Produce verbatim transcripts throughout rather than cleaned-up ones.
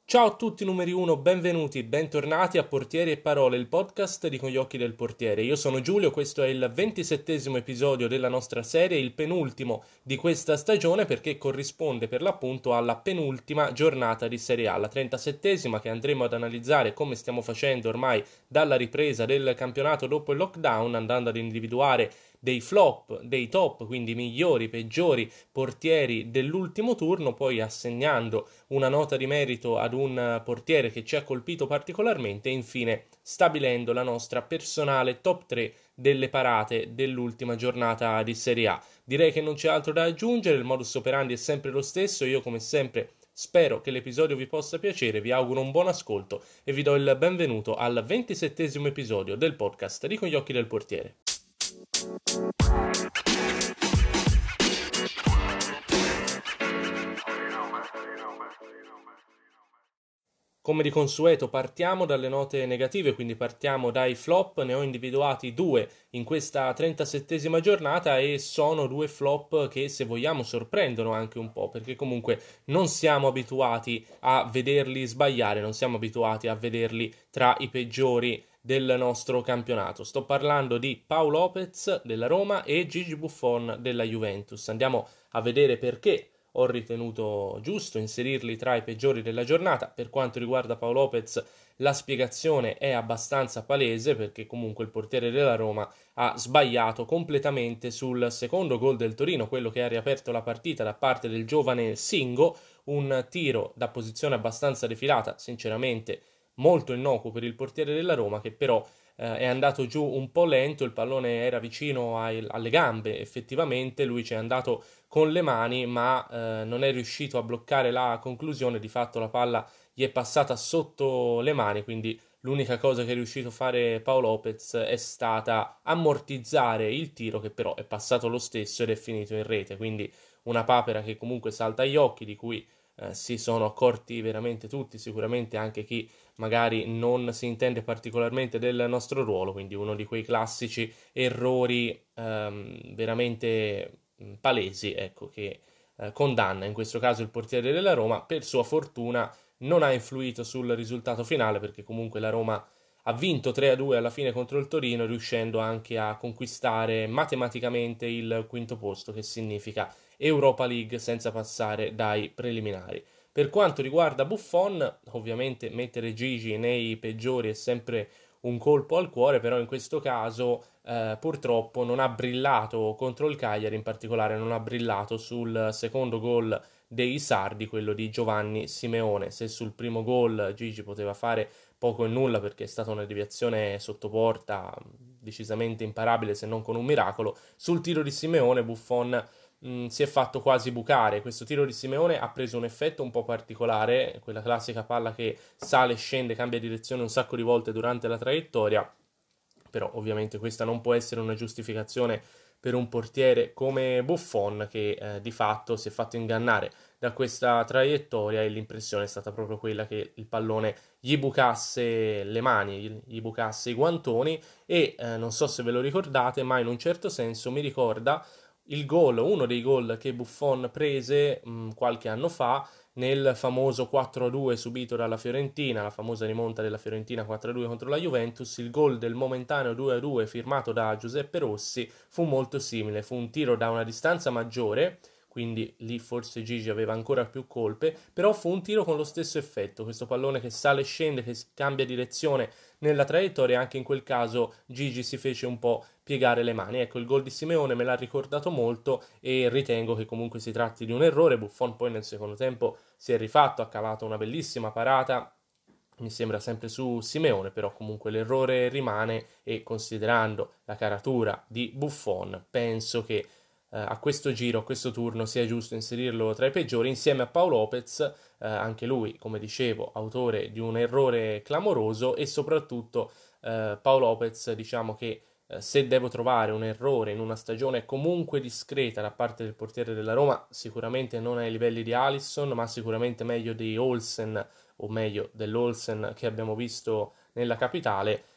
Ciao a tutti numeri uno, benvenuti, bentornati a Portieri e Parole, il podcast di Con gli occhi del portiere. Io sono Giulio, questo è il ventisettesimo episodio della nostra serie, il penultimo di questa stagione perché corrisponde per l'appunto alla penultima giornata di Serie A, la trentasettesima che andremo ad analizzare come stiamo facendo ormai dalla ripresa del campionato dopo il lockdown, andando ad individuare dei flop, dei top, quindi migliori, peggiori portieri dell'ultimo turno, poi assegnando una nota di merito ad un portiere che ci ha colpito particolarmente e infine stabilendo la nostra personale top tre delle parate dell'ultima giornata di Serie A. Direi che non c'è altro da aggiungere, il modus operandi è sempre lo stesso, io come sempre spero che l'episodio vi possa piacere, vi auguro un buon ascolto e vi do il benvenuto al ventisettesimo episodio del podcast di Con gli occhi del portiere. Come di consueto partiamo dalle note negative, quindi partiamo dai flop, ne ho individuati due in questa trentasettesima giornata e sono due flop che se vogliamo sorprendono anche un po', perché comunque non siamo abituati a vederli sbagliare, non siamo abituati a vederli tra i peggiori del nostro campionato. Sto parlando di Pau Lopez della Roma e Gigi Buffon della Juventus. Andiamo a vedere perché ho ritenuto giusto inserirli tra i peggiori della giornata. Per quanto riguarda Pau Lopez, la spiegazione è abbastanza palese perché comunque il portiere della Roma ha sbagliato completamente sul secondo gol del Torino, quello che ha riaperto la partita da parte del giovane Singo, un tiro da posizione abbastanza defilata, sinceramente molto innocuo per il portiere della Roma, che però eh, è andato giù un po' lento, il pallone era vicino ai, alle gambe, effettivamente lui ci è andato con le mani, ma eh, non è riuscito a bloccare la conclusione, di fatto la palla gli è passata sotto le mani, quindi l'unica cosa che è riuscito a fare Pau Lopez è stata ammortizzare il tiro, che però è passato lo stesso ed è finito in rete, quindi una papera che comunque salta agli occhi, di cui eh, si sono accorti veramente tutti, sicuramente anche chi magari non si intende particolarmente del nostro ruolo, quindi uno di quei classici errori ehm, veramente palesi, ecco, che eh, condanna in questo caso il portiere della Roma. Per sua fortuna non ha influito sul risultato finale perché comunque la Roma ha vinto tre a due alla fine contro il Torino, riuscendo anche a conquistare matematicamente il quinto posto, che significa Europa League senza passare dai preliminari. Per quanto riguarda Buffon, ovviamente mettere Gigi nei peggiori è sempre un colpo al cuore, però in questo caso eh, purtroppo non ha brillato contro il Cagliari, in particolare non ha brillato sul secondo gol dei sardi, quello di Giovanni Simeone. Se sul primo gol Gigi poteva fare poco e nulla perché è stata una deviazione sotto porta decisamente imparabile se non con un miracolo, sul tiro di Simeone Buffon mh, si è fatto quasi bucare. Questo tiro di Simeone ha preso un effetto un po' particolare, quella classica palla che sale, scende, cambia direzione un sacco di volte durante la traiettoria, però ovviamente questa non può essere una giustificazione per un portiere come Buffon che eh, di fatto si è fatto ingannare da questa traiettoria e l'impressione è stata proprio quella che il pallone gli bucasse le mani, gli bucasse i guantoni e eh, non so se ve lo ricordate, ma in un certo senso mi ricorda il gol, uno dei gol che Buffon prese mh, qualche anno fa nel famoso quattro a due subito dalla Fiorentina, la famosa rimonta della Fiorentina quattro a due contro la Juventus. Il gol del momentaneo due a due firmato da Giuseppe Rossi fu molto simile, fu un tiro da una distanza maggiore, quindi lì forse Gigi aveva ancora più colpe, però fu un tiro con lo stesso effetto, questo pallone che sale e scende, che cambia direzione nella traiettoria, anche in quel caso Gigi si fece un po' piegare le mani. Ecco, il gol di Simeone me l'ha ricordato molto e ritengo che comunque si tratti di un errore. Buffon poi nel secondo tempo si è rifatto, ha cavato una bellissima parata, mi sembra sempre su Simeone, però comunque l'errore rimane e considerando la caratura di Buffon penso che eh, a questo giro, a questo turno sia giusto inserirlo tra i peggiori insieme a Pau Lopez, eh, anche lui come dicevo autore di un errore clamoroso e soprattutto eh, Pau Lopez diciamo che eh, se devo trovare un errore in una stagione comunque discreta da parte del portiere della Roma, sicuramente non ai livelli di Alisson, ma sicuramente meglio di Olsen, o meglio dell'Olsen che abbiamo visto nella capitale,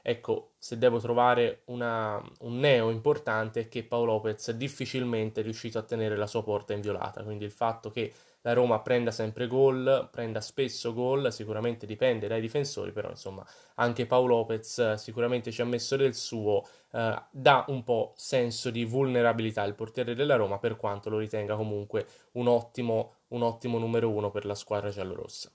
Ecco, se devo trovare una, un neo importante è che Pau Lopez difficilmente è riuscito a tenere la sua porta inviolata, quindi il fatto che la Roma prenda sempre gol, prenda spesso gol, sicuramente dipende dai difensori, però insomma anche Pau Lopez eh, sicuramente ci ha messo del suo, eh, dà un po' senso di vulnerabilità il portiere della Roma, per quanto lo ritenga comunque un ottimo, un ottimo numero uno per la squadra giallorossa.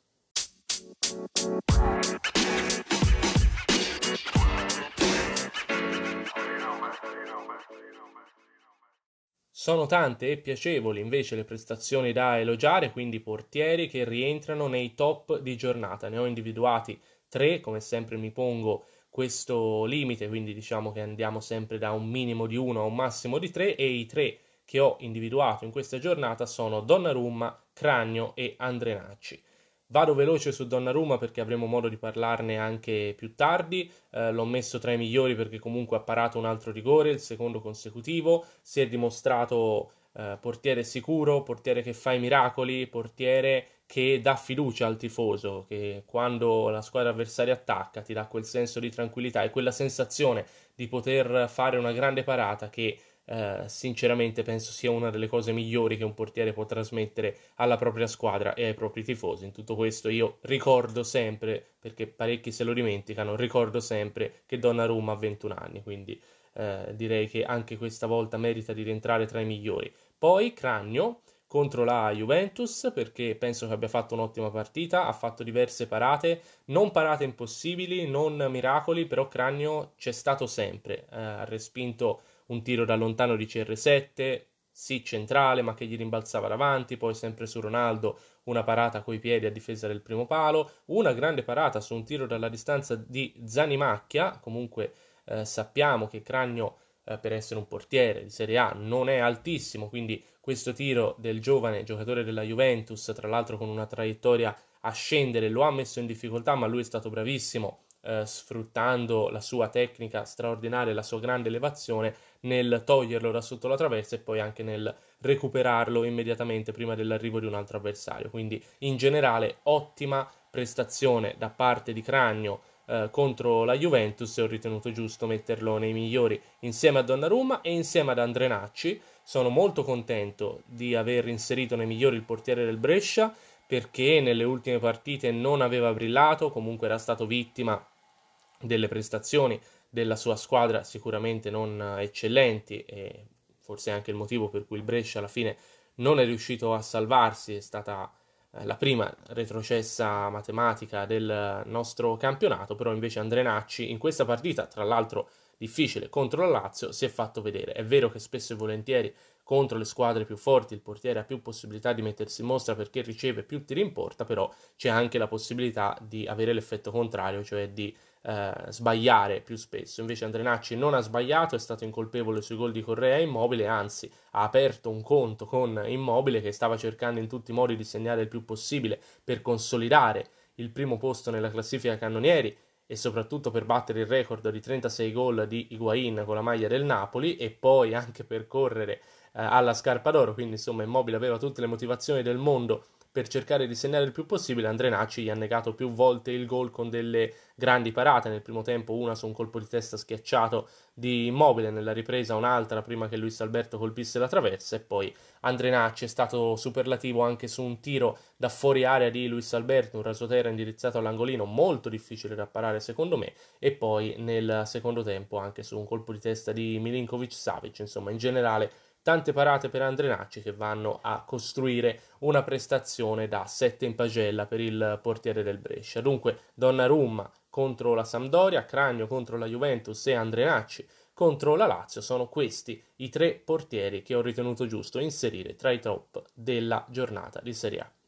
Sono tante e piacevoli invece le prestazioni da elogiare, quindi portieri che rientrano nei top di giornata. Ne ho individuati tre, come sempre mi pongo questo limite, quindi diciamo che andiamo sempre da un minimo di uno a un massimo di tre, e i tre che ho individuato in questa giornata sono Donnarumma, Cragno e Andrenacci. Vado veloce su Donnarumma perché avremo modo di parlarne anche più tardi. Eh, l'ho messo tra i migliori perché comunque ha parato un altro rigore, il secondo consecutivo. Si è dimostrato eh, portiere sicuro, portiere che fa i miracoli, portiere che dà fiducia al tifoso, che quando la squadra avversaria attacca ti dà quel senso di tranquillità e quella sensazione di poter fare una grande parata che eh, sinceramente penso sia una delle cose migliori che un portiere può trasmettere alla propria squadra e ai propri tifosi. In tutto questo io ricordo sempre, perché parecchi se lo dimenticano, ricordo sempre che Donnarumma ha ventuno anni, quindi eh, direi che anche questa volta merita di rientrare tra i migliori. Poi Cragno contro la Juventus, perché penso che abbia fatto un'ottima partita, ha fatto diverse parate, non parate impossibili, non miracoli, però Cragno c'è stato sempre, eh, ha respinto un tiro da lontano di C R sette, sì centrale ma che gli rimbalzava davanti, poi sempre su Ronaldo una parata coi piedi a difesa del primo palo, una grande parata su un tiro dalla distanza di Zanimacchia, comunque eh, sappiamo che Cragno eh, per essere un portiere di Serie A non è altissimo, quindi questo tiro del giovane giocatore della Juventus, tra l'altro con una traiettoria a scendere, lo ha messo in difficoltà, ma lui è stato bravissimo eh, sfruttando la sua tecnica straordinaria, la sua grande elevazione nel toglierlo da sotto la traversa e poi anche nel recuperarlo immediatamente prima dell'arrivo di un altro avversario. Quindi in generale ottima prestazione da parte di Cragno eh, contro la Juventus, e ho ritenuto giusto metterlo nei migliori insieme a Donnarumma e insieme ad Andrenacci. Sono molto contento di aver inserito nei migliori il portiere del Brescia, perché nelle ultime partite non aveva brillato, comunque era stato vittima delle prestazioni della sua squadra sicuramente non eccellenti, e forse anche il motivo per cui il Brescia alla fine non è riuscito a salvarsi, è stata eh, la prima retrocessa matematica del nostro campionato. Però invece Andrenacci in questa partita, tra l'altro difficile, contro la Lazio, si è fatto vedere. È vero che spesso e volentieri contro le squadre più forti il portiere ha più possibilità di mettersi in mostra perché riceve più tiri in porta, però c'è anche la possibilità di avere l'effetto contrario, cioè di eh, sbagliare più spesso. Invece Andrenacci non ha sbagliato, è stato incolpevole sui gol di Correa e Immobile, anzi ha aperto un conto con Immobile che stava cercando in tutti i modi di segnare il più possibile per consolidare il primo posto nella classifica cannonieri e soprattutto per battere il record di trentasei gol di Higuain con la maglia del Napoli, e poi anche per correre eh, alla scarpa d'oro. Quindi insomma Immobile aveva tutte le motivazioni del mondo per cercare di segnare il più possibile. Andrenacci gli ha negato più volte il gol con delle grandi parate, nel primo tempo una su un colpo di testa schiacciato di Immobile, nella ripresa un'altra prima che Luis Alberto colpisse la traversa, e poi Andrenacci è stato superlativo anche su un tiro da fuori area di Luis Alberto, un rasoterra indirizzato all'angolino molto difficile da parare secondo me, e poi nel secondo tempo anche su un colpo di testa di Milinkovic Savic. Insomma, in generale tante parate per Andrenacci che vanno a costruire una prestazione da sette in pagella per il portiere del Brescia. Dunque Donnarumma contro la Sampdoria, Cragno contro la Juventus e Andrenacci contro la Lazio. Sono questi i tre portieri che ho ritenuto giusto inserire tra i top della giornata di Serie A.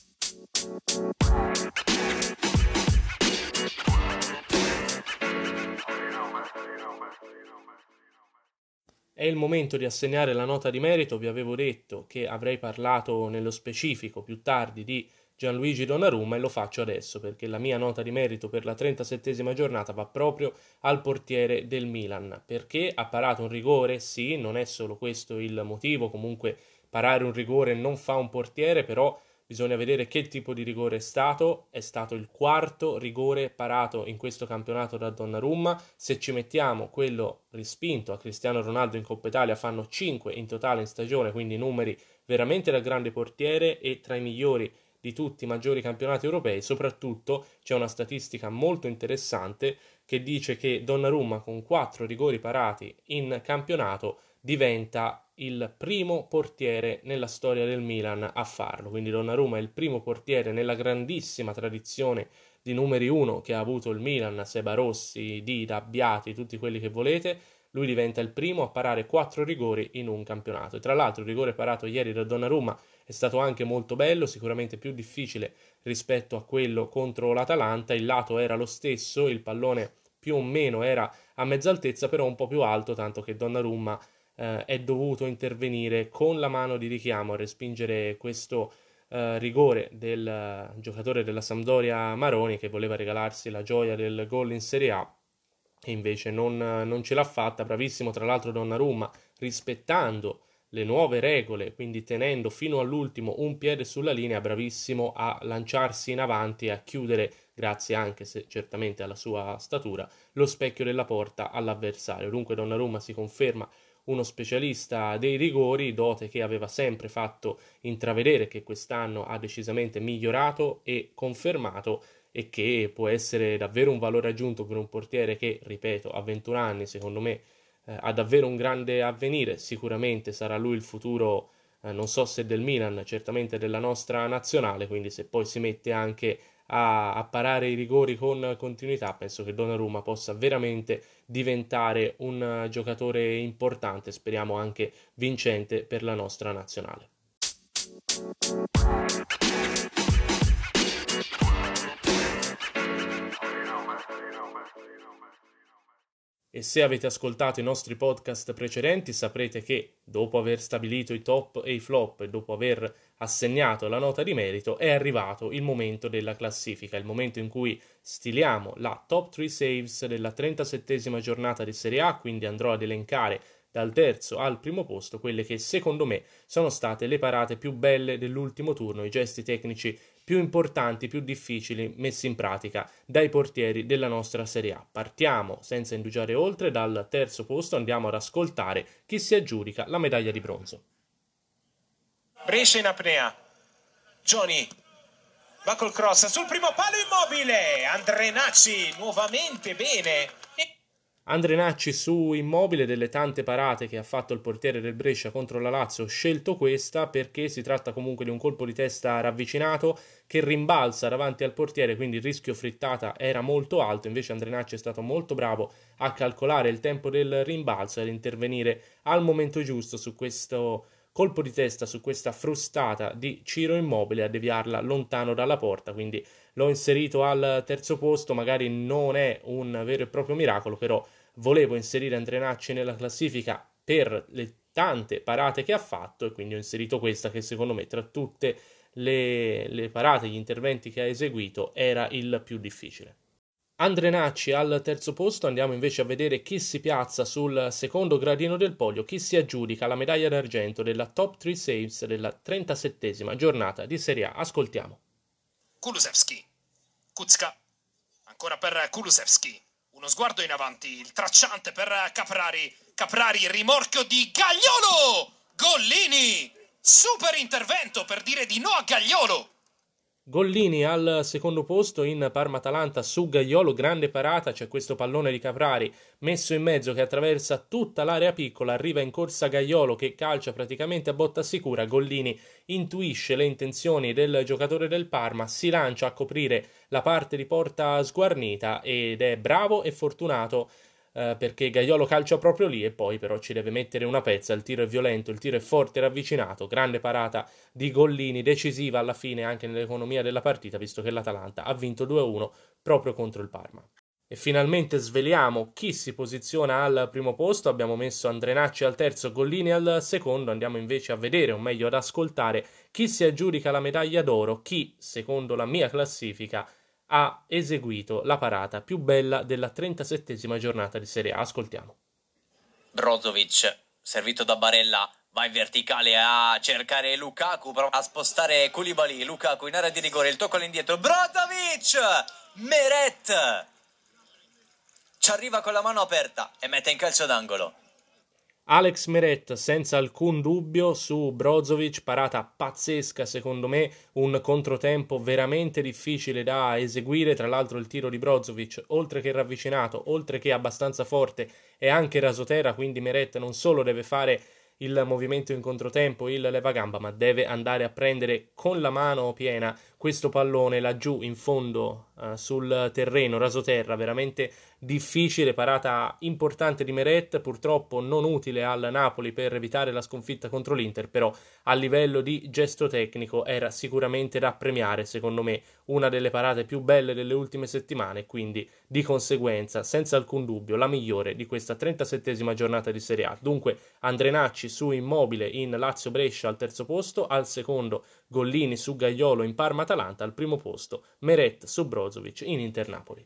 È il momento di assegnare la nota di merito. Vi avevo detto che avrei parlato nello specifico più tardi di Gianluigi Donnarumma e lo faccio adesso perché la mia nota di merito per la trentasettesima giornata va proprio al portiere del Milan, perché ha parato un rigore. Sì, non è solo questo il motivo, comunque parare un rigore non fa un portiere, però bisogna vedere che tipo di rigore è stato, è stato il quarto rigore parato in questo campionato da Donnarumma, se ci mettiamo quello respinto a Cristiano Ronaldo in Coppa Italia fanno cinque in totale in stagione, quindi numeri veramente da grande portiere e tra i migliori di tutti i maggiori campionati europei. Soprattutto c'è una statistica molto interessante che dice che Donnarumma con quattro rigori parati in campionato diventa il primo portiere nella storia del Milan a farlo, quindi Donnarumma è il primo portiere nella grandissima tradizione di numeri uno che ha avuto il Milan, Seba Rossi, Dida, Abbiati, tutti quelli che volete. Lui diventa il primo a parare quattro rigori in un campionato. E tra l'altro il rigore parato ieri da Donnarumma è stato anche molto bello, sicuramente più difficile rispetto a quello contro l'Atalanta. Il lato era lo stesso, il pallone più o meno era a mezza altezza, però un po' più alto, tanto che Donnarumma eh, è dovuto intervenire con la mano di richiamo a respingere questo eh, rigore del uh, giocatore della Sampdoria Maroni, che voleva regalarsi la gioia del gol in Serie A e invece non, non ce l'ha fatta. Bravissimo tra l'altro Donnarumma, rispettando le nuove regole, quindi tenendo fino all'ultimo un piede sulla linea, bravissimo a lanciarsi in avanti e a chiudere, grazie anche se certamente alla sua statura, lo specchio della porta all'avversario. Dunque Donnarumma si conferma uno specialista dei rigori, dote che aveva sempre fatto intravedere, che quest'anno ha decisamente migliorato e confermato, e che può essere davvero un valore aggiunto per un portiere che, ripeto, a ventuno anni, secondo me, eh, ha davvero un grande avvenire. Sicuramente sarà lui il futuro, eh, non so se del Milan, certamente della nostra nazionale, quindi se poi si mette anche a, a parare i rigori con continuità, penso che Donnarumma possa veramente diventare un uh, giocatore importante, speriamo anche vincente per la nostra nazionale. E se avete ascoltato i nostri podcast precedenti saprete che, dopo aver stabilito i top e i flop e dopo aver assegnato la nota di merito, è arrivato il momento della classifica, il momento in cui stiliamo la top tre saves della trentasettesima giornata di Serie A, quindi andrò ad elencare dal terzo al primo posto quelle che secondo me sono state le parate più belle dell'ultimo turno, i gesti tecnici più importanti, più difficili messi in pratica dai portieri della nostra Serie A. Partiamo senza indugiare oltre dal terzo posto, andiamo ad ascoltare chi si aggiudica la medaglia di bronzo. Brescia in apnea, Johnny va col cross sul primo palo, Immobile, Andrenacci nuovamente bene. Andrenacci su Immobile, delle tante parate che ha fatto il portiere del Brescia contro la Lazio, ho scelto questa perché si tratta comunque di un colpo di testa ravvicinato che rimbalza davanti al portiere, quindi il rischio frittata era molto alto. Invece Andrenacci è stato molto bravo a calcolare il tempo del rimbalzo e ad intervenire al momento giusto su questo colpo di testa, su questa frustata di Ciro Immobile, a deviarla lontano dalla porta. Quindi l'ho inserito al terzo posto, magari non è un vero e proprio miracolo, però volevo inserire Andrenacci nella classifica per le tante parate che ha fatto e quindi ho inserito questa che secondo me tra tutte le, le parate, gli interventi che ha eseguito era il più difficile. Andrenacci al terzo posto, andiamo invece a vedere chi si piazza sul secondo gradino del podio, chi si aggiudica la medaglia d'argento della top tre saves della trentasettesima giornata di Serie A. Ascoltiamo. Kulusevski, Kuzka, ancora per Kulusevski, uno sguardo in avanti, il tracciante per Caprari, Caprari, rimorchio di Gagliolo, Gollini, super intervento per dire di no a Gagliolo. Gollini al secondo posto in Parma-Atalanta su Gagliolo, grande parata, c'è questo pallone di Caprari messo in mezzo che attraversa tutta l'area piccola, arriva in corsa Gagliolo che calcia praticamente a botta sicura, Gollini intuisce le intenzioni del giocatore del Parma, si lancia a coprire la parte di porta sguarnita ed è bravo e fortunato Uh, perché Gagliolo calcia proprio lì e poi però ci deve mettere una pezza, il tiro è violento, il tiro è forte e ravvicinato, grande parata di Gollini, decisiva alla fine anche nell'economia della partita, visto che l'Atalanta ha vinto due a uno proprio contro il Parma. E finalmente sveliamo chi si posiziona al primo posto, abbiamo messo Andrenacci al terzo, Gollini al secondo, andiamo invece a vedere, o meglio ad ascoltare, chi si aggiudica la medaglia d'oro, chi, secondo la mia classifica, ha eseguito la parata più bella della trentasettesima giornata di Serie A. Ascoltiamo. Brozovic, servito da Barella, Va in verticale a cercare Lukaku, prova a spostare Koulibaly, Lukaku in area di rigore, il tocco all'indietro, Brozovic, Meret, ci arriva con la mano aperta e mette in calcio d'angolo. Alex Meret senza alcun dubbio su Brozovic, parata pazzesca secondo me, un controtempo veramente difficile da eseguire, tra l'altro il tiro di Brozovic oltre che ravvicinato, oltre che abbastanza forte è anche rasoterra, quindi Meret non solo deve fare il movimento in controtempo, il levagamba, ma deve andare a prendere con la mano piena questo pallone laggiù in fondo uh, sul terreno rasoterra, veramente difficile, parata importante di Meret, purtroppo non utile al Napoli per evitare la sconfitta contro l'Inter, però a livello di gesto tecnico era sicuramente da premiare, secondo me una delle parate più belle delle ultime settimane, quindi di conseguenza senza alcun dubbio la migliore di questa trentasettesima giornata di Serie A. Dunque Andrenacci su Immobile in Lazio-Brescia al terzo posto, al secondo Gollini su Gaiolo in Parma-Atalanta, al primo posto Meret su Brozovic in Inter-Napoli.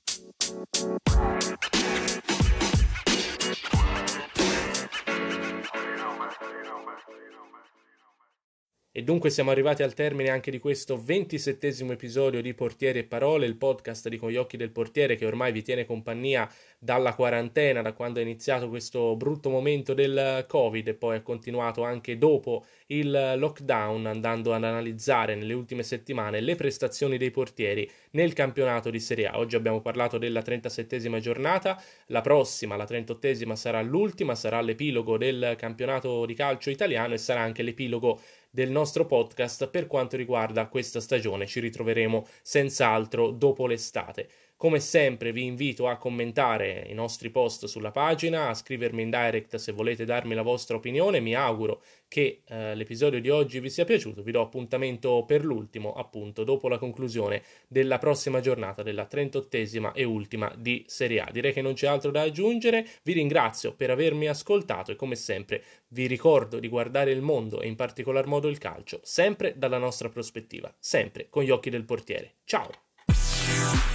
E dunque siamo arrivati al termine anche di questo ventisettesimo episodio di Portieri e Parole, il podcast di Con gli occhi del portiere che ormai vi tiene compagnia dalla quarantena, da quando è iniziato questo brutto momento del Covid e poi è continuato anche dopo il lockdown, andando ad analizzare nelle ultime settimane le prestazioni dei portieri nel campionato di Serie A. Oggi abbiamo parlato della trentasettesima giornata, la prossima, la trentottesima, sarà l'ultima, sarà l'epilogo del campionato di calcio italiano e sarà anche l'epilogo del nostro podcast per quanto riguarda questa stagione. Ci ritroveremo senz'altro dopo l'estate. Come sempre vi invito a commentare i nostri post sulla pagina, a scrivermi in direct se volete darmi la vostra opinione. Mi auguro che eh, l'episodio di oggi vi sia piaciuto. Vi do appuntamento per l'ultimo, appunto, dopo la conclusione della prossima giornata, della trentottesima e ultima di Serie A. Direi che non c'è altro da aggiungere. Vi ringrazio per avermi ascoltato e come sempre vi ricordo di guardare il mondo e in particolar modo il calcio, sempre dalla nostra prospettiva, sempre con gli occhi del portiere. Ciao!